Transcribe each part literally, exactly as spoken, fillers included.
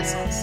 l'adolescence.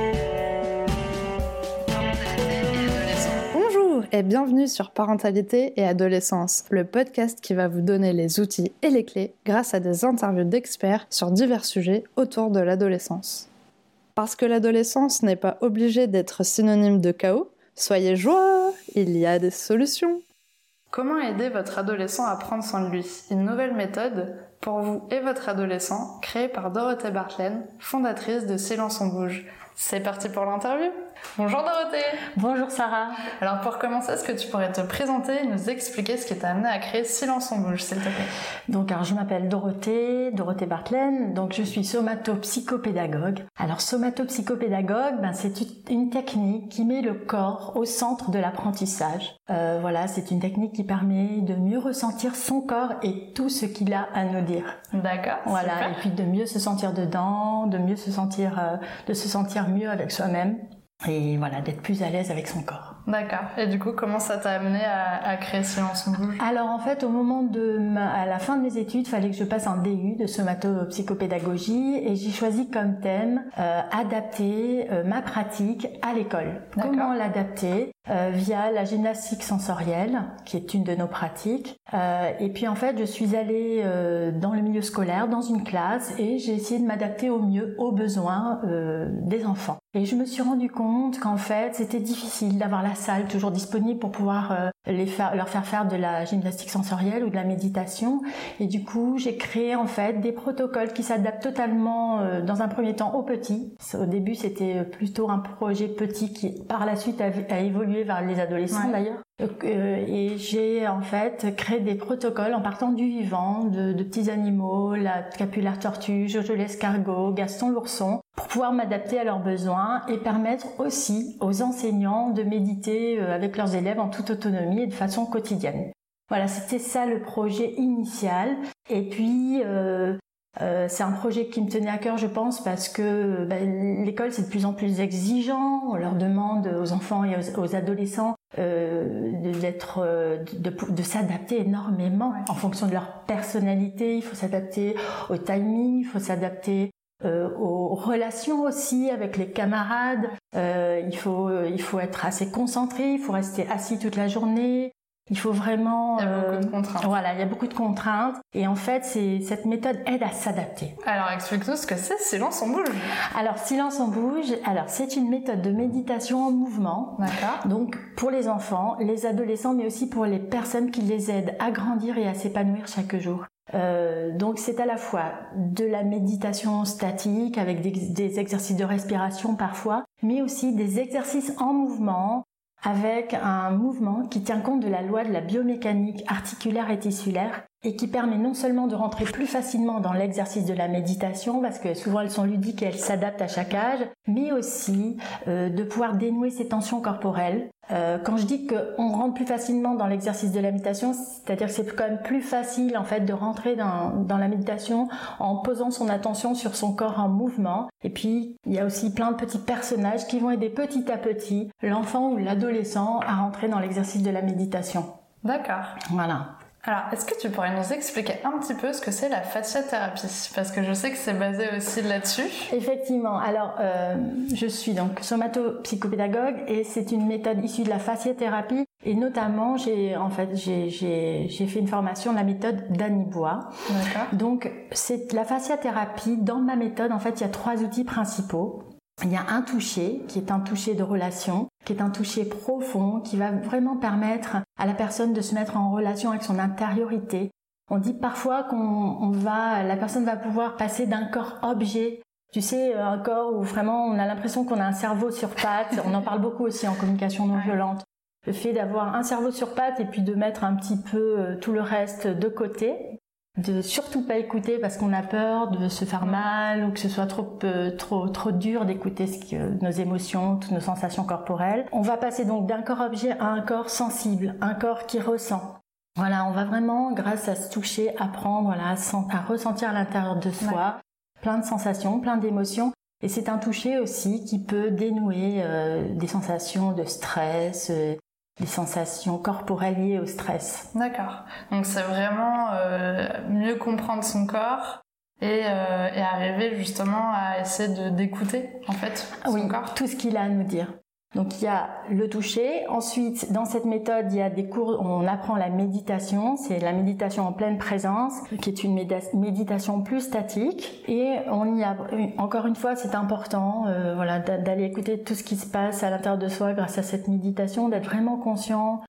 Bonjour et bienvenue sur Parentalité et Adolescence, le podcast qui va vous donner les outils et les clés grâce à des interviews d'experts sur divers sujets autour de l'adolescence. Parce que l'adolescence n'est pas obligée d'être synonyme de chaos, soyez joie, il y a des solutions. Comment aider votre adolescent à prendre soin de lui ? Une nouvelle méthode pour vous et votre adolescent, créée par Dorothée Bartlen, fondatrice de Silence on bouge. C'est parti pour l'interview. Bonjour Dorothée. Bonjour Sarah. Alors pour commencer, est-ce que tu pourrais te présenter et nous expliquer ce qui t'a amené à créer Silence on bouge, s'il te plaît ? Donc alors je m'appelle Dorothée, Dorothée Bartlen, donc je suis somato-psychopédagogue. Alors somato-psychopédagogue, ben, c'est une technique qui met le corps au centre de l'apprentissage. Euh, voilà, c'est une technique qui permet de mieux ressentir son corps et tout ce qu'il a à nous dire. D'accord. Voilà, super. Et puis de mieux se sentir dedans, de mieux se sentir, euh, de se sentir mieux avec soi-même. Et voilà, d'être plus à l'aise avec son corps. D'accord. Et du coup, comment ça t'a amené à, à créer Silence on bouge ? Alors en fait, au moment de ma, à la fin de mes études, il fallait que je passe un D U de somato-psychopédagogie et j'ai choisi comme thème euh, adapter euh, ma pratique à l'école. D'accord. Comment l'adapter ? Euh, via la gymnastique sensorielle, qui est une de nos pratiques. Euh, et puis en fait, je suis allée euh, dans le milieu scolaire, dans une classe, et j'ai essayé de m'adapter au mieux aux besoins euh, des enfants. Et je me suis rendu compte qu'en fait, c'était difficile d'avoir la salle toujours disponible pour pouvoir euh, les faire, leur faire faire de la gymnastique sensorielle ou de la méditation. Et du coup, j'ai créé en fait des protocoles qui s'adaptent totalement, euh, dans un premier temps, aux petits. Au début, c'était plutôt un projet petit qui, par la suite, a, a évolué vers les adolescents, ouais. D'ailleurs. Euh, et j'ai en fait créé des protocoles en partant du vivant, de, de petits animaux, la capillaire tortue, Jojo l'escargot, Gaston l'ourson, pour pouvoir m'adapter à leurs besoins et permettre aussi aux enseignants de méditer avec leurs élèves en toute autonomie et de façon quotidienne. Voilà, c'était ça le projet initial. Et puis, euh, euh, c'est un projet qui me tenait à cœur, je pense, parce que ben, l'école, c'est de plus en plus exigeant. On leur demande aux enfants et aux, aux adolescents euh, d'être, de, de, de s'adapter énormément en fonction de leur personnalité. Il faut s'adapter au timing, il faut s'adapter Euh, aux relations aussi avec les camarades. Euh, il faut, il faut être assez concentré, il faut rester assis toute la journée. Il faut vraiment... Il y a euh, beaucoup de contraintes. Voilà, il y a beaucoup de contraintes. Et en fait, c'est, cette méthode aide à s'adapter. Alors, explique-nous ce que c'est Silence on bouge. Alors, Silence on bouge, alors c'est une méthode de méditation en mouvement. D'accord. Donc, pour les enfants, les adolescents, mais aussi pour les personnes qui les aident à grandir et à s'épanouir chaque jour. Euh, donc c'est à la fois de la méditation statique avec des, des exercices de respiration parfois, mais aussi des exercices en mouvement avec un mouvement qui tient compte de la loi de la biomécanique articulaire et tissulaire et qui permet non seulement de rentrer plus facilement dans l'exercice de la méditation parce que souvent elles sont ludiques et elles s'adaptent à chaque âge, mais aussi euh, de pouvoir dénouer ces tensions corporelles. Euh, quand je dis qu'on rentre plus facilement dans l'exercice de la méditation, c'est-à-dire que c'est quand même plus facile en fait de rentrer dans, dans la méditation en posant son attention sur son corps en mouvement. Et puis il y a aussi plein de petits personnages qui vont aider petit à petit l'enfant ou l'adolescent à rentrer dans l'exercice de la méditation. D'accord. Voilà. Alors, est-ce que tu pourrais nous expliquer un petit peu ce que c'est la fasciathérapie ? Parce que je sais que c'est basé aussi là-dessus. Effectivement. Alors, euh, je suis donc somato-psychopédagogue et c'est une méthode issue de la fasciathérapie. Et notamment, j'ai en fait j'ai j'ai j'ai fait une formation de la méthode d'Annie Bois. D'accord. Donc, c'est la fasciathérapie. Dans ma méthode, en fait, il y a trois outils principaux. Il y a un toucher, qui est un toucher de relation, qui est un toucher profond, qui va vraiment permettre à la personne de se mettre en relation avec son intériorité. On dit parfois qu'on on va, la personne va pouvoir passer d'un corps objet, tu sais, un corps où vraiment on a l'impression qu'on a un cerveau sur pattes. On en parle beaucoup aussi en communication non violente. Le fait d'avoir un cerveau sur pattes et puis de mettre un petit peu tout le reste de côté. De surtout pas écouter parce qu'on a peur de se faire mal ou que ce soit trop euh, trop trop dur d'écouter ce que, nos émotions, toutes nos sensations corporelles. On va passer donc d'un corps objet à un corps sensible, un corps qui ressent. Voilà, on va vraiment, grâce à se toucher, apprendre voilà, à, à ressentir à l'intérieur de soi ouais. plein de sensations, plein d'émotions. Et c'est un toucher aussi qui peut dénouer euh, des sensations de stress, euh, des sensations corporelles liées au stress. D'accord. Donc c'est vraiment euh, mieux comprendre son corps et, euh, et arriver justement à essayer de, d'écouter en fait son oui, corps. Tout ce qu'il a à nous dire. Donc il y a le toucher, ensuite dans cette méthode il y a des cours, on apprend la méditation, c'est la méditation en pleine présence, qui est une méda- méditation plus statique, et on y a, encore une fois c'est important euh, voilà, d'aller écouter tout ce qui se passe à l'intérieur de soi grâce à cette méditation, d'être vraiment conscient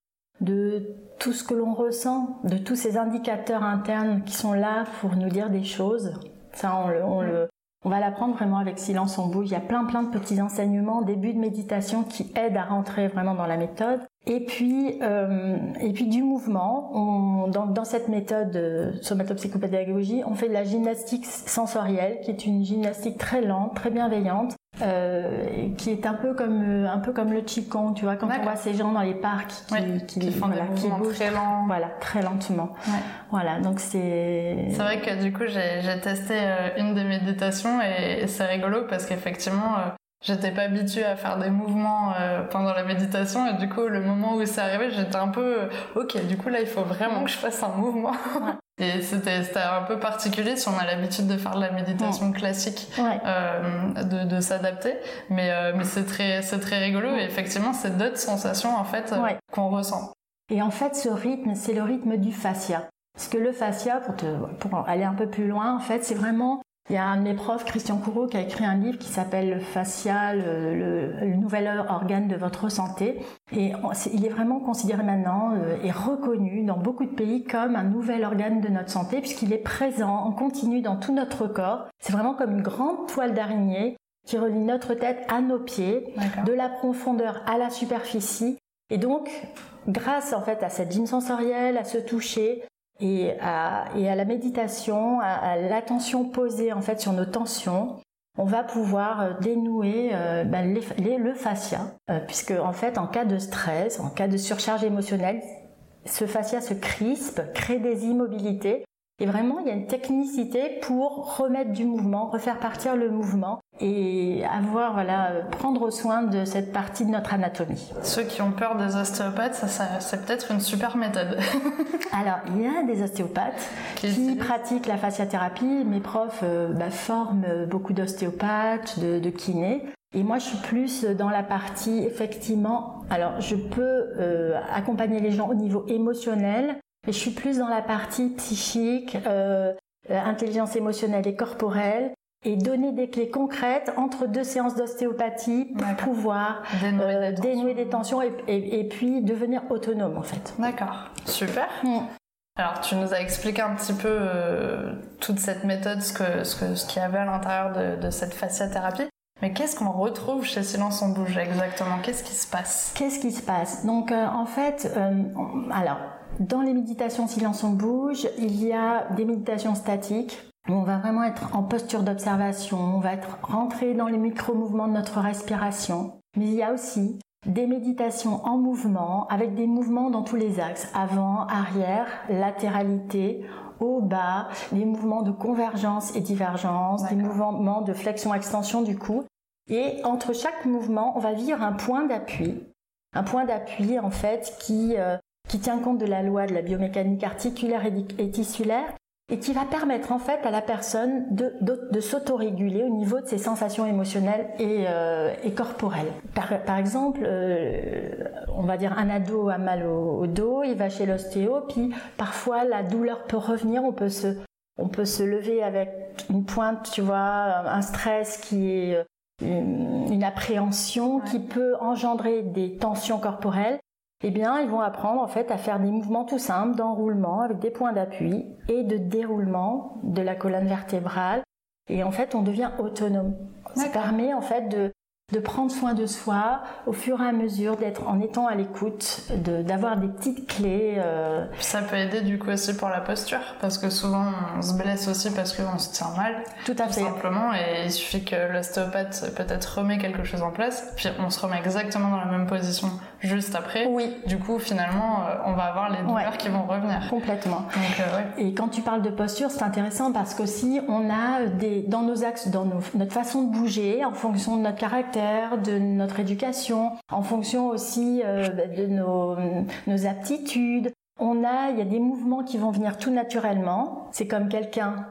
de tout ce que l'on ressent, de tous ces indicateurs internes qui sont là pour nous dire des choses. Ça on le... On le On va l'apprendre vraiment avec Silence on bouge. Il y a plein plein de petits enseignements, début de méditation qui aident à rentrer vraiment dans la méthode. Et puis, euh, et puis du mouvement. On, dans, dans cette méthode euh, somatopsychopédagogie, on fait de la gymnastique sensorielle, qui est une gymnastique très lente, très bienveillante, euh, qui est un peu comme un peu comme le qigong, tu vois, quand D'accord. on voit ces gens dans les parcs qui, oui, qui, qui font voilà, des mouvements qui bougent très lents, voilà, très lentement. Ouais. Voilà, donc c'est. C'est vrai que du coup j'ai, j'ai testé euh, une des méditations et, et c'est rigolo parce qu'effectivement. Euh, J'étais pas habituée à faire des mouvements euh, pendant la méditation et du coup le moment où c'est arrivé j'étais un peu euh, ok du coup là il faut vraiment que je fasse un mouvement ouais. Et c'était, c'était un peu particulier si on a l'habitude de faire de la méditation ouais. classique ouais. Euh, de, de s'adapter mais, euh, mais c'est, très, c'est très rigolo ouais. Et effectivement c'est d'autres sensations en fait euh, ouais. qu'on ressent. Et en fait ce rythme c'est le rythme du fascia parce que le fascia pour, te, pour aller un peu plus loin en fait c'est vraiment. Il y a un de mes profs, Christian Courreau, qui a écrit un livre qui s'appelle « Le fascia, le, le, le nouvel organe de votre santé ». Et il est vraiment considéré maintenant euh, et reconnu dans beaucoup de pays comme un nouvel organe de notre santé puisqu'il est présent en continu dans tout notre corps. C'est vraiment comme une grande toile d'araignée qui relie notre tête à nos pieds, D'accord. de la profondeur à la superficie. Et donc, grâce en fait à cette gym sensorielle, à ce toucher, Et à, et à la méditation, à, à l'attention posée en fait sur nos tensions, on va pouvoir dénouer euh, ben, les, les, le fascia, euh, puisque en fait en cas de stress, en cas de surcharge émotionnelle, ce fascia se crispe, crée des immobilités. Et vraiment, il y a une technicité pour remettre du mouvement, refaire partir le mouvement et avoir, voilà, prendre soin de cette partie de notre anatomie. Ceux qui ont peur des ostéopathes, ça, ça, c'est peut-être une super méthode. Alors, il y a des ostéopathes qui, qui pratiquent la fasciathérapie. Mes profs euh, bah, forment beaucoup d'ostéopathes, de, de kinés. Et moi, je suis plus dans la partie, effectivement, alors je peux euh, accompagner les gens au niveau émotionnel, mais je suis plus dans la partie psychique, euh, intelligence émotionnelle et corporelle, et donner des clés concrètes entre deux séances d'ostéopathie pour D'accord. pouvoir dénouer, euh, des, dénouer des tensions et, et, et puis devenir autonome en fait. D'accord, super. Mm. Alors tu nous as expliqué un petit peu euh, toute cette méthode, ce, que, ce, que, ce qu'il y avait à l'intérieur de, de cette fasciathérapie. Mais qu'est-ce qu'on retrouve chez Silence on bouge exactement ? Qu'est-ce qui se passe ? Qu'est-ce qui se passe ? Donc euh, en fait, euh, alors dans les méditations Silence on bouge, il y a des méditations statiques où on va vraiment être en posture d'observation, on va être rentré dans les micro-mouvements de notre respiration. Mais il y a aussi des méditations en mouvement avec des mouvements dans tous les axes, avant, arrière, latéralité, haut, bas, des mouvements de convergence et divergence, D'accord. des mouvements de flexion-extension du cou. Et entre chaque mouvement, on va vivre un point d'appui. Un point d'appui, en fait, qui, euh, qui tient compte de la loi de la biomécanique articulaire et, et tissulaire et qui va permettre, en fait, à la personne de, de, de s'autoréguler au niveau de ses sensations émotionnelles et, euh, et corporelles. Par, par exemple, euh, on va dire un ado a mal au, au dos, il va chez l'ostéo, puis parfois la douleur peut revenir, on peut se, on peut se lever avec une pointe, tu vois, un stress qui est une, une appréhension ouais. qui peut engendrer des tensions corporelles. Eh bien, ils vont apprendre en fait à faire des mouvements tout simples d'enroulement avec des points d'appui et de déroulement de la colonne vertébrale. Et en fait, on devient autonome. D'accord. Ça permet en fait de, de prendre soin de soi au fur et à mesure, d'être en étant à l'écoute, de, d'avoir des petites clés. Euh... Ça peut aider du coup aussi pour la posture, parce que souvent on se blesse aussi parce qu'on se tient mal. Tout à tout fait. Simplement, et il suffit que l'ostéopathe peut-être remet quelque chose en place, puis on se remet exactement dans la même position juste après. Oui. Du coup, finalement, on va avoir les douleurs ouais. qui vont revenir. Complètement. Donc, euh, ouais. Et quand tu parles de posture, c'est intéressant parce qu'aussi on a des, dans nos axes, dans nos, notre façon de bouger, en fonction de notre caractère, de notre éducation, en fonction aussi euh, de nos, nos aptitudes. On a, il y a des mouvements qui vont venir tout naturellement. C'est comme quelqu'un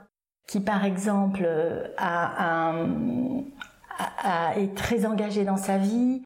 qui par exemple a, a, a, est très engagé dans sa vie,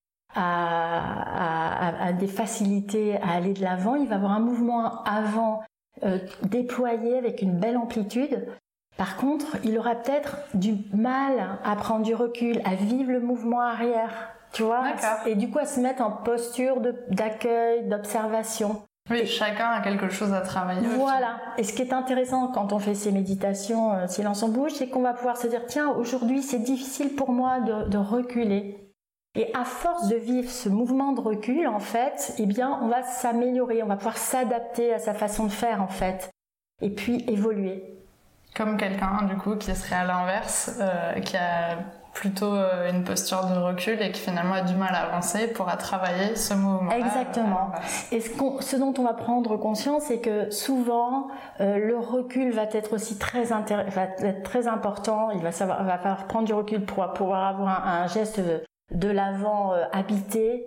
a, a, a des facilités à aller de l'avant, il va avoir un mouvement avant euh, déployé avec une belle amplitude. Par contre, il aura peut-être du mal à prendre du recul, à vivre le mouvement arrière, tu vois, D'accord. et du coup à se mettre en posture de, d'accueil, d'observation. Oui, et chacun a quelque chose à travailler. Voilà. Et ce qui est intéressant quand on fait ces méditations euh, silence en bouche, c'est qu'on va pouvoir se dire, tiens, aujourd'hui c'est difficile pour moi de, de reculer. Et à force de vivre ce mouvement de recul, en fait, eh bien, on va s'améliorer, on va pouvoir s'adapter à sa façon de faire, en fait, et puis évoluer. Comme quelqu'un, du coup, qui serait à l'inverse, euh, qui a plutôt euh, une posture de recul et qui finalement a du mal à avancer, pourra travailler ce mouvement. Exactement. Et ce, qu'on, ce dont on va prendre conscience, c'est que souvent, euh, le recul va être aussi très, intér- va être très important. Il va savoir, va falloir prendre du recul pour pouvoir avoir un, un geste de l'avant euh, habité,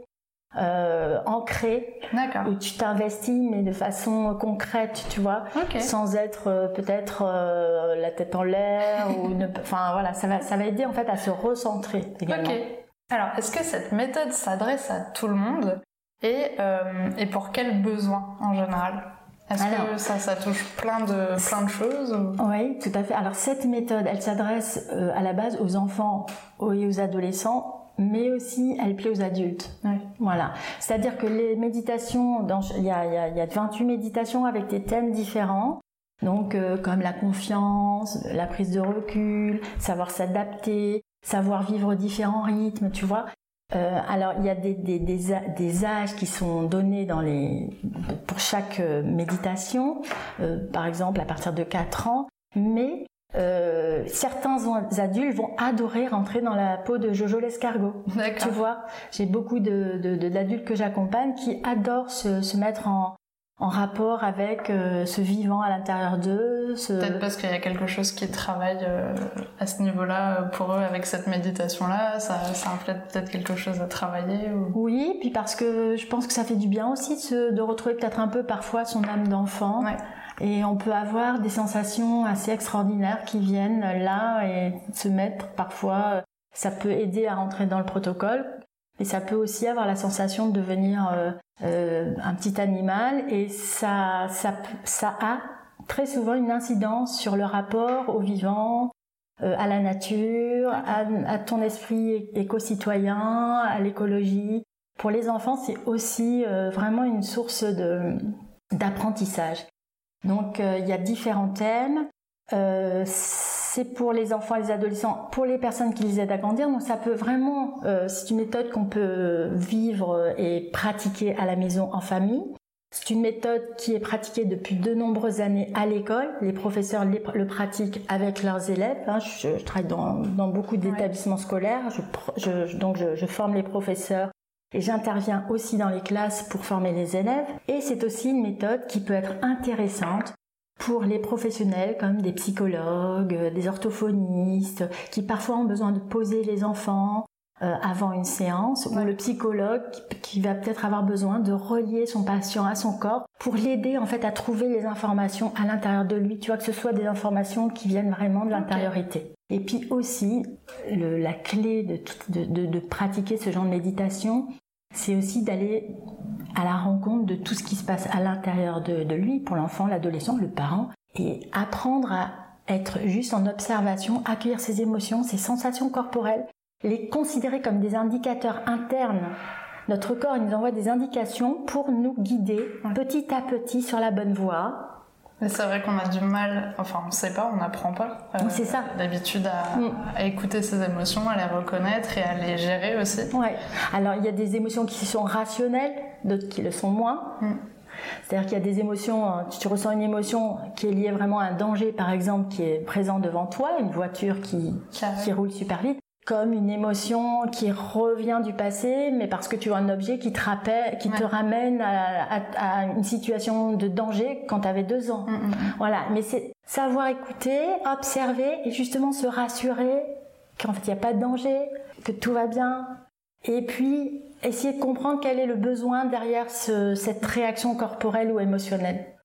euh, ancré, D'accord. où tu t'investis mais de façon concrète, tu vois, okay. sans être euh, peut-être euh, la tête en l'air ou ne, enfin voilà, ça va, ça va aider en fait à se recentrer également. Ok. Alors, est-ce que cette méthode s'adresse à tout le monde et, euh, et pour quels besoins en général? Est-ce Alors, que ça, ça touche plein de, plein de choses ou... Oui, tout à fait. Alors cette méthode, elle s'adresse euh, à la base aux enfants et aux adolescents, mais aussi elle plaît aux adultes. Oui. Voilà. C'est-à-dire que les méditations, dans, il y a, il y a, il y a vingt-huit méditations avec des thèmes différents. Donc euh, comme la confiance, la prise de recul, savoir s'adapter, savoir vivre différents rythmes, tu vois. Euh, alors il y a des, des, des, des âges qui sont donnés dans les, pour chaque méditation, euh, par exemple à partir de quatre ans, mais euh, certains adultes vont adorer rentrer dans la peau de Jojo l'escargot. D'accord. Tu vois, j'ai beaucoup de, de, de, d'adultes que j'accompagne qui adorent se, se mettre en en rapport avec euh, ce vivant à l'intérieur d'eux. Ce... Peut-être parce qu'il y a quelque chose qui travaille euh, à ce niveau-là pour eux avec cette méditation-là, ça, ça reflète peut-être quelque chose à travailler ou... Oui, puis parce que je pense que ça fait du bien aussi de, se, de retrouver peut-être un peu parfois son âme d'enfant. Ouais. Et on peut avoir des sensations assez extraordinaires qui viennent là et se mettre parfois, ça peut aider à rentrer dans le protocole. Et ça peut aussi avoir la sensation de devenir euh, euh, un petit animal et ça, ça, ça a très souvent une incidence sur le rapport au vivant, euh, à la nature, à, à ton esprit éco-citoyen, à l'écologie. Pour les enfants, c'est aussi euh, vraiment une source de, d'apprentissage. Donc euh, il y a différents thèmes. Euh, c'est pour les enfants et les adolescents, pour les personnes qui les aident à grandir, donc ça peut vraiment, euh, c'est une méthode qu'on peut vivre et pratiquer à la maison en famille. C'est une méthode qui est pratiquée depuis de nombreuses années à l'école. Les professeurs les, le pratiquent avec leurs élèves. Hein. Je, je travaille dans, dans beaucoup d'établissements ouais. scolaires, je, je, donc je, je forme les professeurs et j'interviens aussi dans les classes pour former les élèves. Et c'est aussi une méthode qui peut être intéressante pour les professionnels comme des psychologues, des orthophonistes, qui parfois ont besoin de poser les enfants euh, avant une séance, ouais. ou le psychologue qui, qui va peut-être avoir besoin de relier son patient à son corps pour l'aider en fait à trouver les informations à l'intérieur de lui, tu vois, que ce soit des informations qui viennent vraiment de l'intériorité. Okay. Et puis aussi, le, la clé de, de, de, de pratiquer ce genre de méditation, c'est aussi d'aller à la rencontre de tout ce qui se passe à l'intérieur de, de lui, pour l'enfant, l'adolescent, le parent, et apprendre à être juste en observation, accueillir ses émotions, ses sensations corporelles, les considérer comme des indicateurs internes. Notre corps, il nous envoie des indications pour nous guider petit à petit sur la bonne voie. Mais c'est vrai qu'on a du mal, enfin on ne sait pas, on n'apprend pas euh, c'est ça. d'habitude à, mm. à écouter ses émotions, à les reconnaître et à les gérer aussi. Ouais. Alors il y a des émotions qui sont rationnelles, d'autres qui le sont moins. Mm. C'est-à-dire qu'il y a des émotions, si tu ressens une émotion qui est liée vraiment à un danger par exemple qui est présent devant toi, une voiture qui, qui roule super vite, comme une émotion qui revient du passé, mais parce que tu vois un objet qui te, rappelle, qui ouais. te ramène à, à, à une situation de danger quand tu avais deux ans. Mm-hmm. Voilà, mais c'est savoir écouter, observer et justement se rassurer qu'en fait il n'y a pas de danger, que tout va bien. Et puis essayer de comprendre quel est le besoin derrière ce, cette réaction corporelle ou émotionnelle.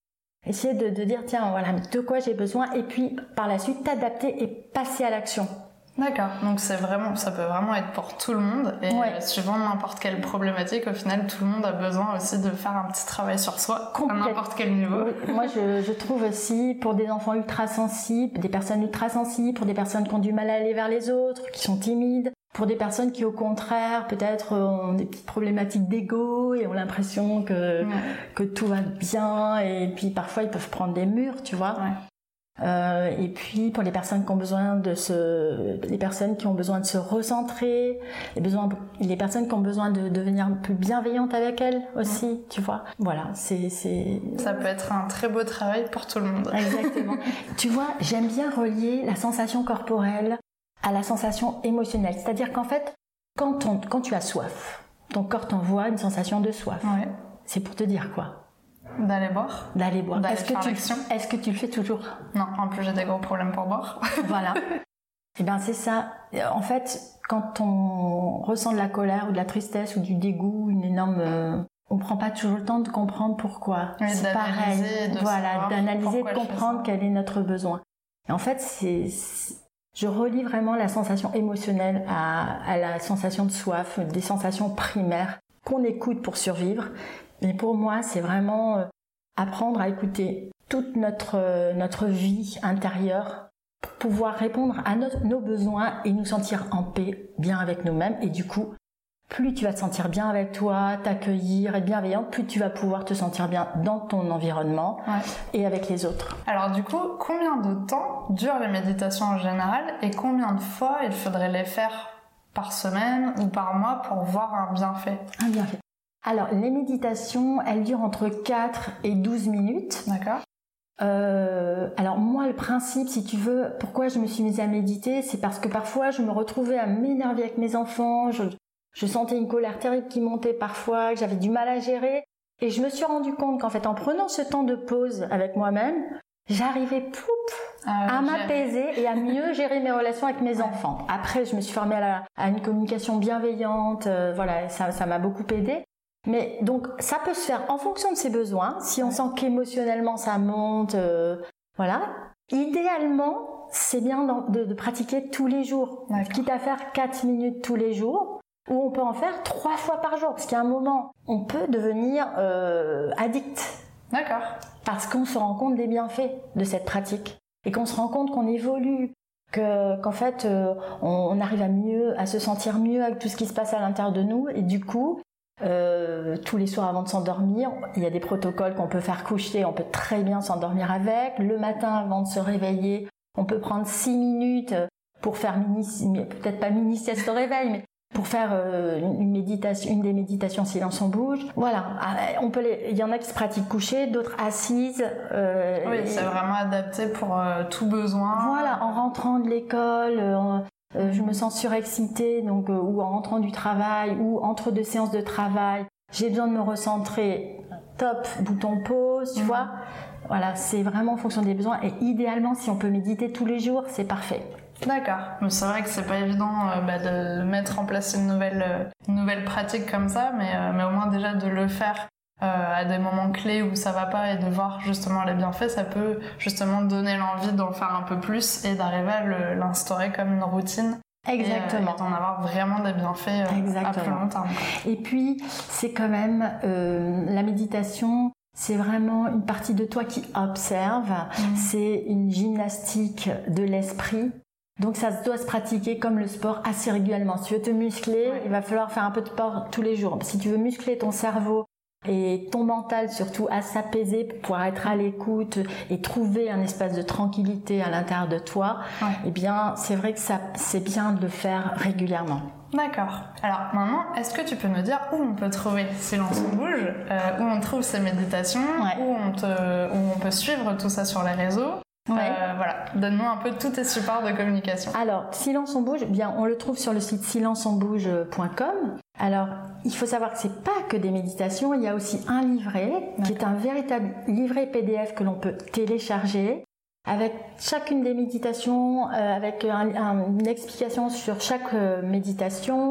Essayer de, de dire, tiens, voilà, de quoi j'ai besoin, et puis par la suite t'adapter et passer à l'action. D'accord, donc c'est vraiment, ça peut vraiment être pour tout le monde, et ouais. suivant n'importe quelle problématique, au final tout le monde a besoin aussi de faire un petit travail sur soi, à n'importe quel niveau. Oui. Moi je, je trouve aussi, pour des enfants ultra sensibles, des personnes ultra sensibles, pour des personnes qui ont du mal à aller vers les autres, qui sont timides, pour des personnes qui au contraire peut-être ont des petites problématiques d'ego et ont l'impression que, ouais. que tout va bien, et puis parfois ils peuvent prendre des murs, tu vois. Ouais. Euh, et puis pour les personnes qui ont besoin de se, les personnes qui ont besoin de se recentrer, les, besoins, les personnes qui ont besoin de devenir plus bienveillantes avec elles aussi, mmh. tu vois. Voilà, c'est, c'est. Ça peut être un très beau travail pour tout le monde. Exactement. Tu vois, j'aime bien relier la sensation corporelle à la sensation émotionnelle. C'est-à-dire qu'en fait, quand, on, quand tu as soif, ton corps t'envoie une sensation de soif. Ouais. C'est pour te dire quoi? D'aller boire. D'aller boire. D'aller est-ce que, tu, est-ce que tu le fais toujours? Non, en plus j'ai des gros problèmes pour boire. Voilà. Eh bien c'est ça. En fait, quand on ressent de la colère ou de la tristesse ou du dégoût, une énorme... Euh, on prend pas toujours le temps de comprendre pourquoi. Oui, c'est pareil. De voilà, d'analyser, de comprendre quel est notre besoin. Et en fait, c'est... c'est... je relie vraiment la sensation émotionnelle à, à la sensation de soif, des sensations primaires qu'on écoute pour survivre. Mais pour moi, c'est vraiment euh, apprendre à écouter toute notre, euh, notre vie intérieure pour pouvoir répondre à no- nos besoins et nous sentir en paix, bien avec nous-mêmes. Et du coup, plus tu vas te sentir bien avec toi, t'accueillir, être bienveillante, plus tu vas pouvoir te sentir bien dans ton environnement ouais. et avec les autres. Alors du coup, combien de temps durent les méditations en général et combien de fois il faudrait les faire par semaine ou par mois pour voir un bienfait? Un bienfait. Alors, les méditations, elles durent entre quatre et douze minutes. D'accord. Euh, alors, moi, le principe, si tu veux, pourquoi je me suis mise à méditer, c'est parce que parfois, je me retrouvais à m'énerver avec mes enfants, je, je sentais une colère terrible qui montait parfois, que j'avais du mal à gérer. Et je me suis rendu compte qu'en fait, en prenant ce temps de pause avec moi-même, j'arrivais poup, ah, à m'apaiser et à mieux gérer mes relations avec mes enfants. Après, je me suis formée à, la, à une communication bienveillante, euh, voilà, ça, ça m'a beaucoup aidée. Mais donc ça peut se faire en fonction de ses besoins. Si on sent qu'émotionnellement ça monte, euh, voilà. Idéalement, c'est bien de, de pratiquer tous les jours, D'accord. quitte à faire quatre minutes tous les jours, ou on peut en faire trois fois par jour, parce qu'à un moment, on peut devenir euh, addict. D'accord. Parce qu'on se rend compte des bienfaits de cette pratique et qu'on se rend compte qu'on évolue. Que, qu'en fait, euh, on, on arrive à mieux, à se sentir mieux avec tout ce qui se passe à l'intérieur de nous, et du coup. Euh, tous les soirs avant de s'endormir, il y a des protocoles qu'on peut faire coucher, on peut très bien s'endormir avec. Le matin avant de se réveiller, on peut prendre six minutes pour faire mini, peut-être pas mini sieste au réveil, mais pour faire euh, une méditation, une des méditations silence on bouge. Voilà, on peut les, il y en a qui se pratiquent couchées, d'autres assises. Euh, oui, et... c'est vraiment adapté pour euh, tout besoin. Voilà, en rentrant de l'école. Euh, Euh, je me sens surexcitée, donc euh, ou en rentrant du travail, ou entre deux séances de travail, j'ai besoin de me recentrer. Top, bouton pause, tu mmh. vois. Voilà, c'est vraiment en fonction des besoins. Et idéalement, si on peut méditer tous les jours, c'est parfait. D'accord. Mais c'est vrai que c'est pas évident euh, bah, de mettre en place une nouvelle, euh, une nouvelle pratique comme ça, mais, euh, mais au moins déjà de le faire. Euh, à des moments clés où ça va pas et de voir justement les bienfaits, ça peut justement donner l'envie d'en faire un peu plus et d'arriver à le, l'instaurer comme une routine. Exactement. Et, euh, et d'en avoir vraiment des bienfaits euh, à plus long terme. Et puis, c'est quand même euh, la méditation, c'est vraiment une partie de toi qui observe. Mmh. C'est une gymnastique de l'esprit. Donc ça doit se pratiquer comme le sport assez régulièrement. Si tu veux te muscler, ouais. il va falloir faire un peu de sport tous les jours. Si tu veux muscler ton cerveau, et ton mental surtout à s'apaiser pour pouvoir être à l'écoute et trouver un espace de tranquillité à l'intérieur de toi, ouais. eh bien c'est vrai que ça, c'est bien de le faire régulièrement. D'accord. Alors maintenant, est-ce que tu peux me dire où on peut trouver Silence on bouge, euh, où on trouve ces méditations, ouais. où, on te, où on peut suivre tout ça sur les réseaux? Ouais. Euh, voilà, donne-nous un peu tous tes supports de communication. Alors, Silence on bouge, eh bien on le trouve sur le site silence on bouge point com. Alors, il faut savoir que c'est pas que des méditations, il y a aussi un livret D'accord. qui est un véritable livret P D F que l'on peut télécharger avec chacune des méditations, euh, avec un, un, une explication sur chaque euh, méditation,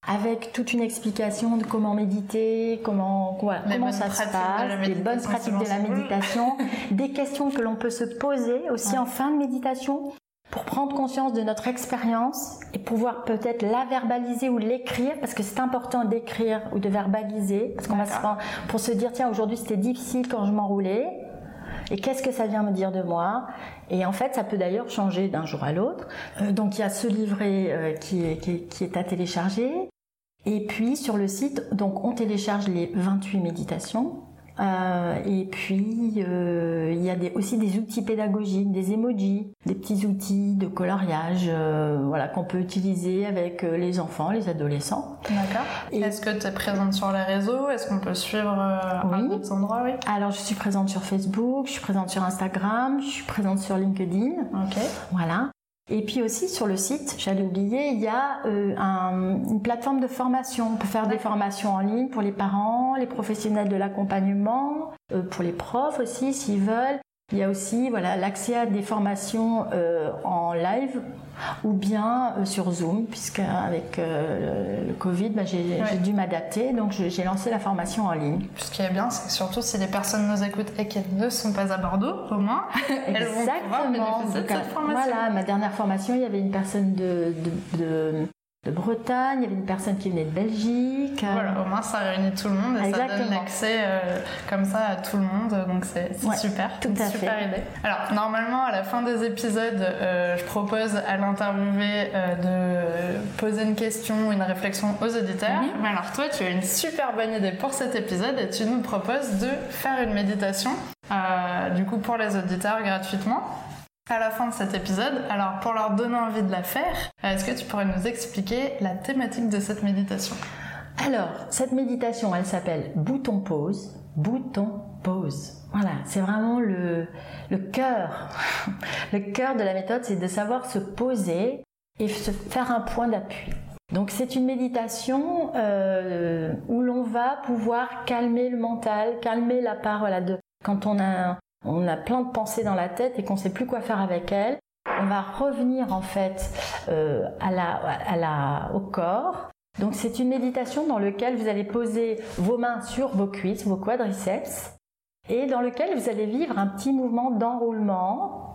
avec toute une explication de comment méditer, comment, voilà, comment ça se passe, les bonnes pratiques de la méditation, des questions que l'on peut se poser aussi ouais. en fin de méditation pour prendre conscience de notre expérience et pouvoir peut-être la verbaliser ou l'écrire, parce que c'est important d'écrire ou de verbaliser, parce qu'on va se, pour se dire tiens, aujourd'hui c'était difficile quand je m'enroulais. Et qu'est-ce que ça vient me dire de moi? Et en fait, ça peut d'ailleurs changer d'un jour à l'autre. Euh, donc, il y a ce livret euh, qui, est, qui, est, qui est à télécharger. Et puis, sur le site, donc, on télécharge les vingt-huit méditations. Euh, et puis, euh, il y a des, aussi des outils pédagogiques, des emojis, des petits outils de coloriage euh, voilà, qu'on peut utiliser avec les enfants, les adolescents. D'accord. Et est-ce que tu es présente sur les réseaux? Est-ce qu'on peut suivre euh, oui. à d'autres endroits? Oui. Alors, je suis présente sur Facebook, je suis présente sur Instagram, je suis présente sur LinkedIn. Ok. Voilà. Et puis aussi sur le site, j'allais oublier, il y a euh, un, une plateforme de formation. On peut faire des formations en ligne pour les parents, les professionnels de l'accompagnement, euh, pour les profs aussi s'ils veulent. Il y a aussi voilà, l'accès à des formations euh, en live ou bien euh, sur Zoom, puisque avec euh, le Covid, bah, j'ai, ouais. j'ai dû m'adapter, donc je, j'ai lancé la formation en ligne. Ce qui est bien, c'est que surtout si les personnes nous écoutent et qu'elles ne sont pas à Bordeaux, au moins, elles vont pouvoir bénéficier de cette formation. Voilà, ma dernière formation, il y avait une personne de... de, de de Bretagne, il y avait une personne qui venait de Belgique. Voilà, au moins ça réunit tout le monde et exactement. Ça donne l'accès euh, comme ça à tout le monde, donc c'est, c'est ouais, super, tout une à super fait. idée. Alors normalement à la fin des épisodes, euh, je propose à l'interviewé euh, de poser une question ou une réflexion aux auditeurs. Mm-hmm. Mais alors toi, tu as une super bonne idée pour cet épisode et tu nous proposes de faire une méditation, euh, du coup pour les auditeurs gratuitement. À la fin de cet épisode, alors pour leur donner envie de la faire, est-ce que tu pourrais nous expliquer la thématique de cette méditation? Alors, cette méditation, elle s'appelle Bouton Pause. Bouton Pause. Voilà, c'est vraiment le, le cœur. Le cœur de la méthode, c'est de savoir se poser et se faire un point d'appui. Donc c'est une méditation euh, où l'on va pouvoir calmer le mental, calmer la part voilà, de quand on a... On a plein de pensées dans la tête et qu'on ne sait plus quoi faire avec elles. On va revenir en fait euh, à la, à la, au corps. Donc c'est une méditation dans laquelle vous allez poser vos mains sur vos cuisses, vos quadriceps, et dans lequel vous allez vivre un petit mouvement d'enroulement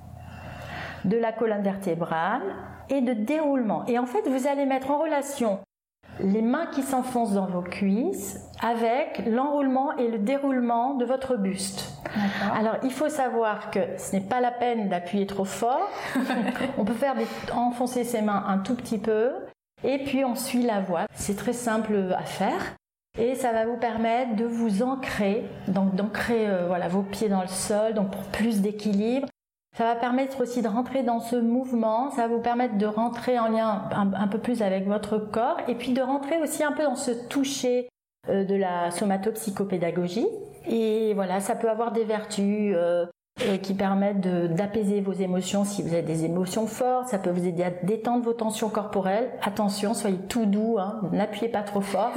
de la colonne vertébrale et de déroulement. Et en fait, vous allez mettre en relation les mains qui s'enfoncent dans vos cuisses avec l'enroulement et le déroulement de votre buste. D'accord. Alors, il faut savoir que ce n'est pas la peine d'appuyer trop fort. On peut faire des, enfoncer ses mains un tout petit peu et puis on suit la voix. C'est très simple à faire et ça va vous permettre de vous ancrer, donc d'ancrer euh, voilà, vos pieds dans le sol, donc pour plus d'équilibre. Ça va permettre aussi de rentrer dans ce mouvement, ça va vous permettre de rentrer en lien un, un peu plus avec votre corps et puis de rentrer aussi un peu dans ce toucher euh, de la somatopsychopédagogie. Et voilà, ça peut avoir des vertus euh, euh, qui permettent de, d'apaiser vos émotions si vous avez des émotions fortes, ça peut vous aider à détendre vos tensions corporelles. Attention, soyez tout doux, hein, n'appuyez pas trop fort.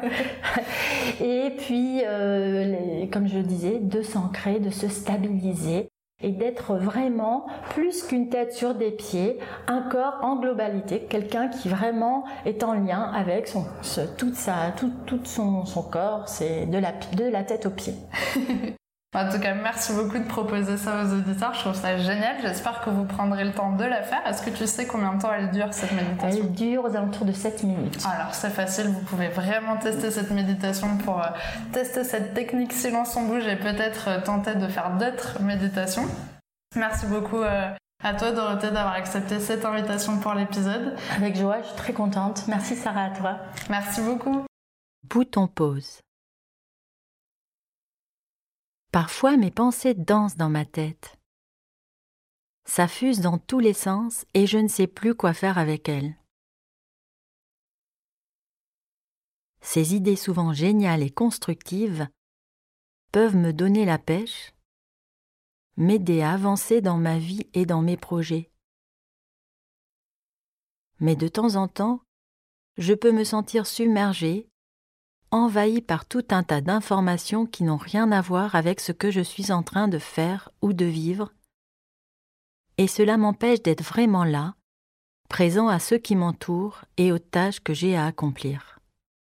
Et puis, euh, les, comme je le disais, de s'ancrer, de se stabiliser. Et d'être vraiment plus qu'une tête sur des pieds, un corps en globalité, quelqu'un qui vraiment est en lien avec son, ce, toute sa, tout, tout son, son corps, c'est de la, de la tête aux pieds. En tout cas, merci beaucoup de proposer ça aux auditeurs, je trouve ça génial, j'espère que vous prendrez le temps de la faire. Est-ce que tu sais combien de temps elle dure cette méditation? Elle dure aux alentours de sept minutes. Alors c'est facile, vous pouvez vraiment tester cette méditation pour euh, tester cette technique silence on bouge et peut-être euh, tenter de faire d'autres méditations. Merci beaucoup euh, à toi Dorothée d'avoir accepté cette invitation pour l'épisode. Avec joie, je suis très contente. Merci Sarah, à toi. Merci beaucoup. Bouton pause. Parfois mes pensées dansent dans ma tête. Ça fuse dans tous les sens et je ne sais plus quoi faire avec elles. Ces idées souvent géniales et constructives peuvent me donner la pêche, m'aider à avancer dans ma vie et dans mes projets. Mais de temps en temps, je peux me sentir submergée, envahie par tout un tas d'informations qui n'ont rien à voir avec ce que je suis en train de faire ou de vivre, et cela m'empêche d'être vraiment là, présent à ceux qui m'entourent et aux tâches que j'ai à accomplir.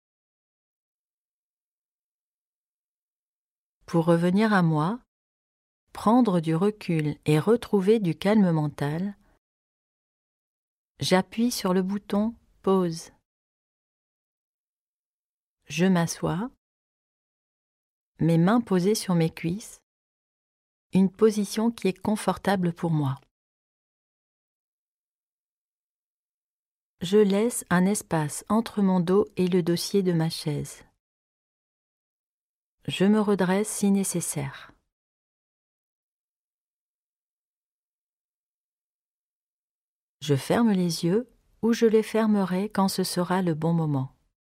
Pour revenir à moi, prendre du recul et retrouver du calme mental, j'appuie sur le bouton « Pause ». Je m'assois, mes mains posées sur mes cuisses, une position qui est confortable pour moi. Je laisse un espace entre mon dos et le dossier de ma chaise. Je me redresse si nécessaire. Je ferme les yeux ou je les fermerai quand ce sera le bon moment.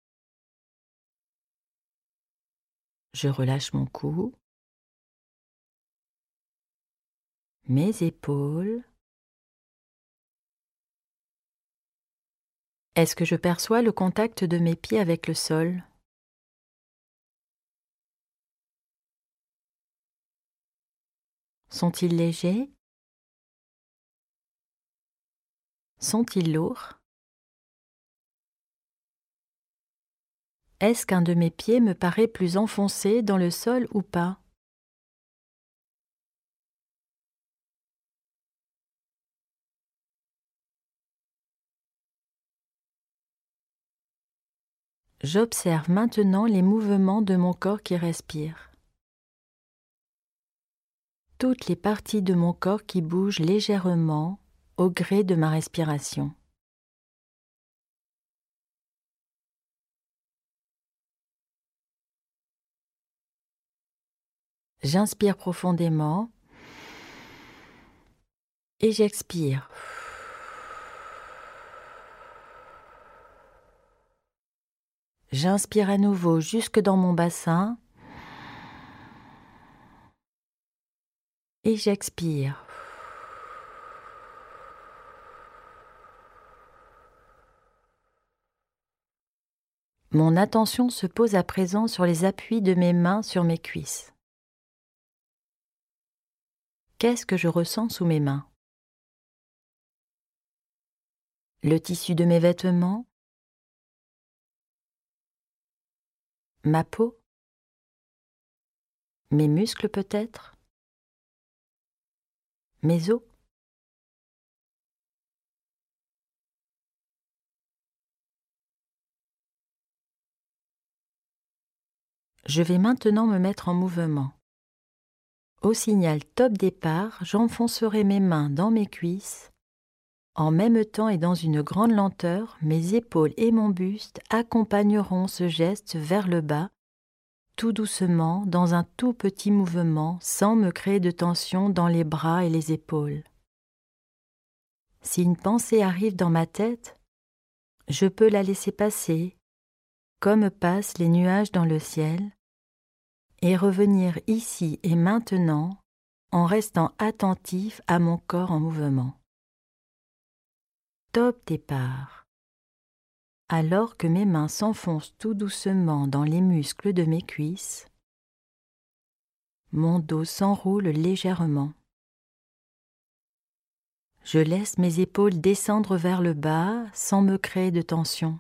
Je relâche mon cou, mes épaules. Est-ce que je perçois le contact de mes pieds avec le sol ? Sont-ils légers ? Sont-ils lourds ? Est-ce qu'un de mes pieds me paraît plus enfoncé dans le sol ou pas ? J'observe maintenant les mouvements de mon corps qui respire. Toutes les parties de mon corps qui bougent légèrement au gré de ma respiration. J'inspire profondément et j'expire. J'inspire à nouveau jusque dans mon bassin et j'expire. Mon attention se pose à présent sur les appuis de mes mains sur mes cuisses. Qu'est-ce que je ressens sous mes mains ? Le tissu de mes vêtements ? Ma peau ? Mes muscles peut-être ? Mes os ? Je vais maintenant me mettre en mouvement. Au signal top départ, j'enfoncerai mes mains dans mes cuisses. En même temps et dans une grande lenteur, mes épaules et mon buste accompagneront ce geste vers le bas, tout doucement, dans un tout petit mouvement, sans me créer de tension dans les bras et les épaules. Si une pensée arrive dans ma tête, je peux la laisser passer, comme passent les nuages dans le ciel, et revenir ici et maintenant en restant attentif à mon corps en mouvement. Top départ. Alors que mes mains s'enfoncent tout doucement dans les muscles de mes cuisses, mon dos s'enroule légèrement. Je laisse mes épaules descendre vers le bas sans me créer de tension.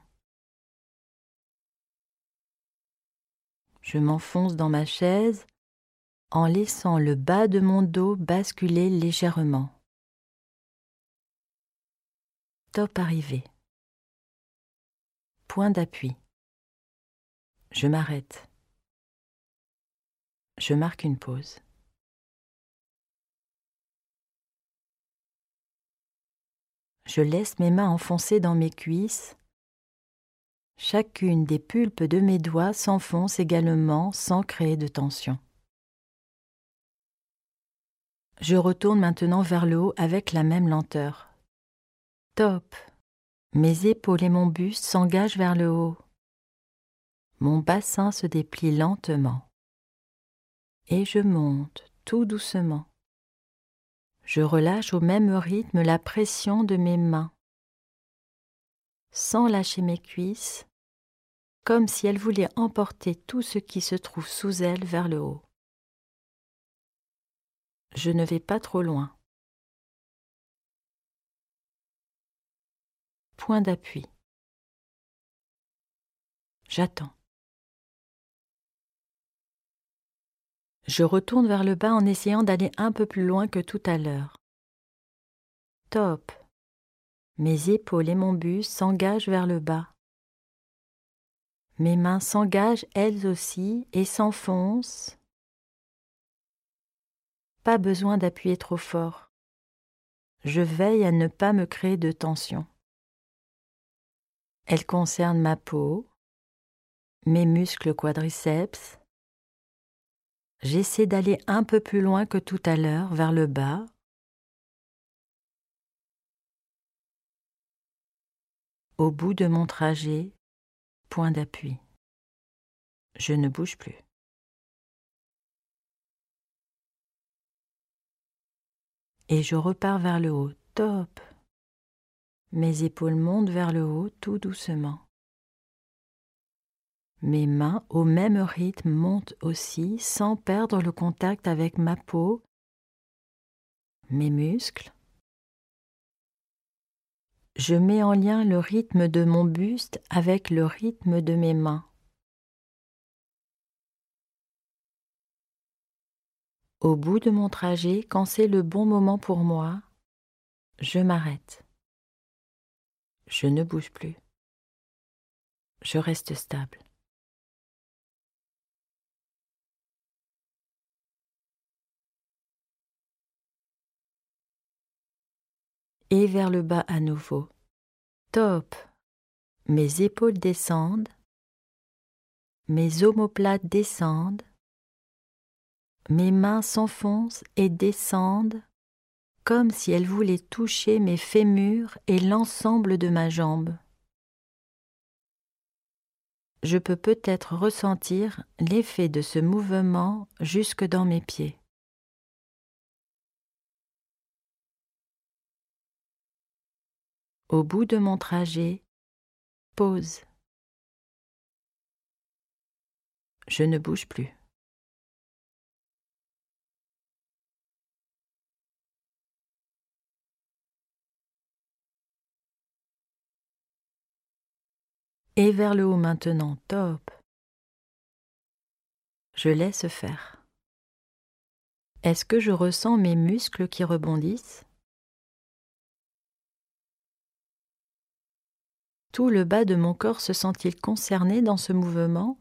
Je m'enfonce dans ma chaise en laissant le bas de mon dos basculer légèrement. Top arrivé. Point d'appui. Je m'arrête. Je marque une pause. Je laisse mes mains enfoncées dans mes cuisses. Chacune des pulpes de mes doigts s'enfonce également sans créer de tension. Je retourne maintenant vers le haut avec la même lenteur. Top. Mes épaules et mon buste s'engagent vers le haut. Mon bassin se déplie lentement. Et je monte tout doucement. Je relâche au même rythme la pression de mes mains, sans lâcher mes cuisses, comme si elles voulaient emporter tout ce qui se trouve sous elles vers le haut. Je ne vais pas trop loin. point d'appui. J'attends. Je retourne vers le bas en essayant d'aller un peu plus loin que tout à l'heure. Top. Mes épaules et mon buste s'engagent vers le bas. Mes mains s'engagent elles aussi et s'enfoncent. Pas besoin d'appuyer trop fort. Je veille à ne pas me créer de tension. Elle concerne ma peau, mes muscles quadriceps. J'essaie d'aller un peu plus loin que tout à l'heure, vers le bas. Au bout de mon trajet, point d'appui. Je ne bouge plus. Et je repars vers le haut. Top. Mes épaules montent vers le haut tout doucement. Mes mains, au même rythme, montent aussi sans perdre le contact avec ma peau, mes muscles. Je mets en lien le rythme de mon buste avec le rythme de mes mains. Au bout de mon trajet, quand c'est le bon moment pour moi, je m'arrête. Je ne bouge plus. Je reste stable. Et vers le bas à nouveau. Top. Mes épaules descendent. Mes omoplates descendent. Mes mains s'enfoncent et descendent comme si elles voulaient toucher mes fémurs et l'ensemble de ma jambe. Je peux peut-être ressentir l'effet de ce mouvement jusque dans mes pieds. Au bout de mon trajet, pause. Je ne bouge plus. Et vers le haut maintenant, top. Je laisse faire. Est-ce que je ressens mes muscles qui rebondissent? Tout le bas de mon corps se sent-il concerné dans ce mouvement?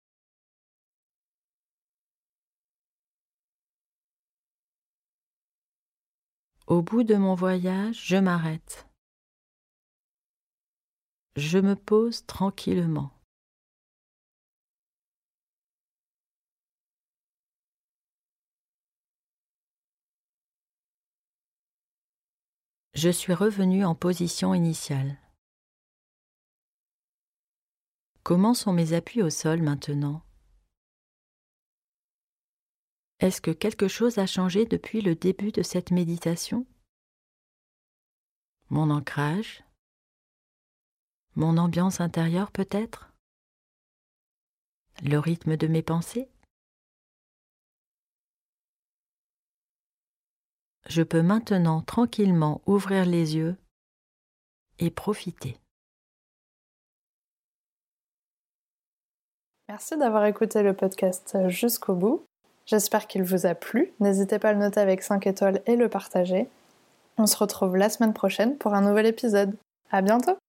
Au bout de mon voyage, je m'arrête. Je me pose tranquillement. Je suis revenu en position initiale. Comment sont mes appuis au sol maintenant? Est-ce que quelque chose a changé depuis le début de cette méditation? Mon ancrage? Mon ambiance intérieure peut-être? Le rythme de mes pensées? Je peux maintenant tranquillement ouvrir les yeux et profiter. Merci d'avoir écouté le podcast jusqu'au bout. J'espère qu'il vous a plu. N'hésitez pas à le noter avec cinq étoiles et le partager. On se retrouve la semaine prochaine pour un nouvel épisode. À bientôt!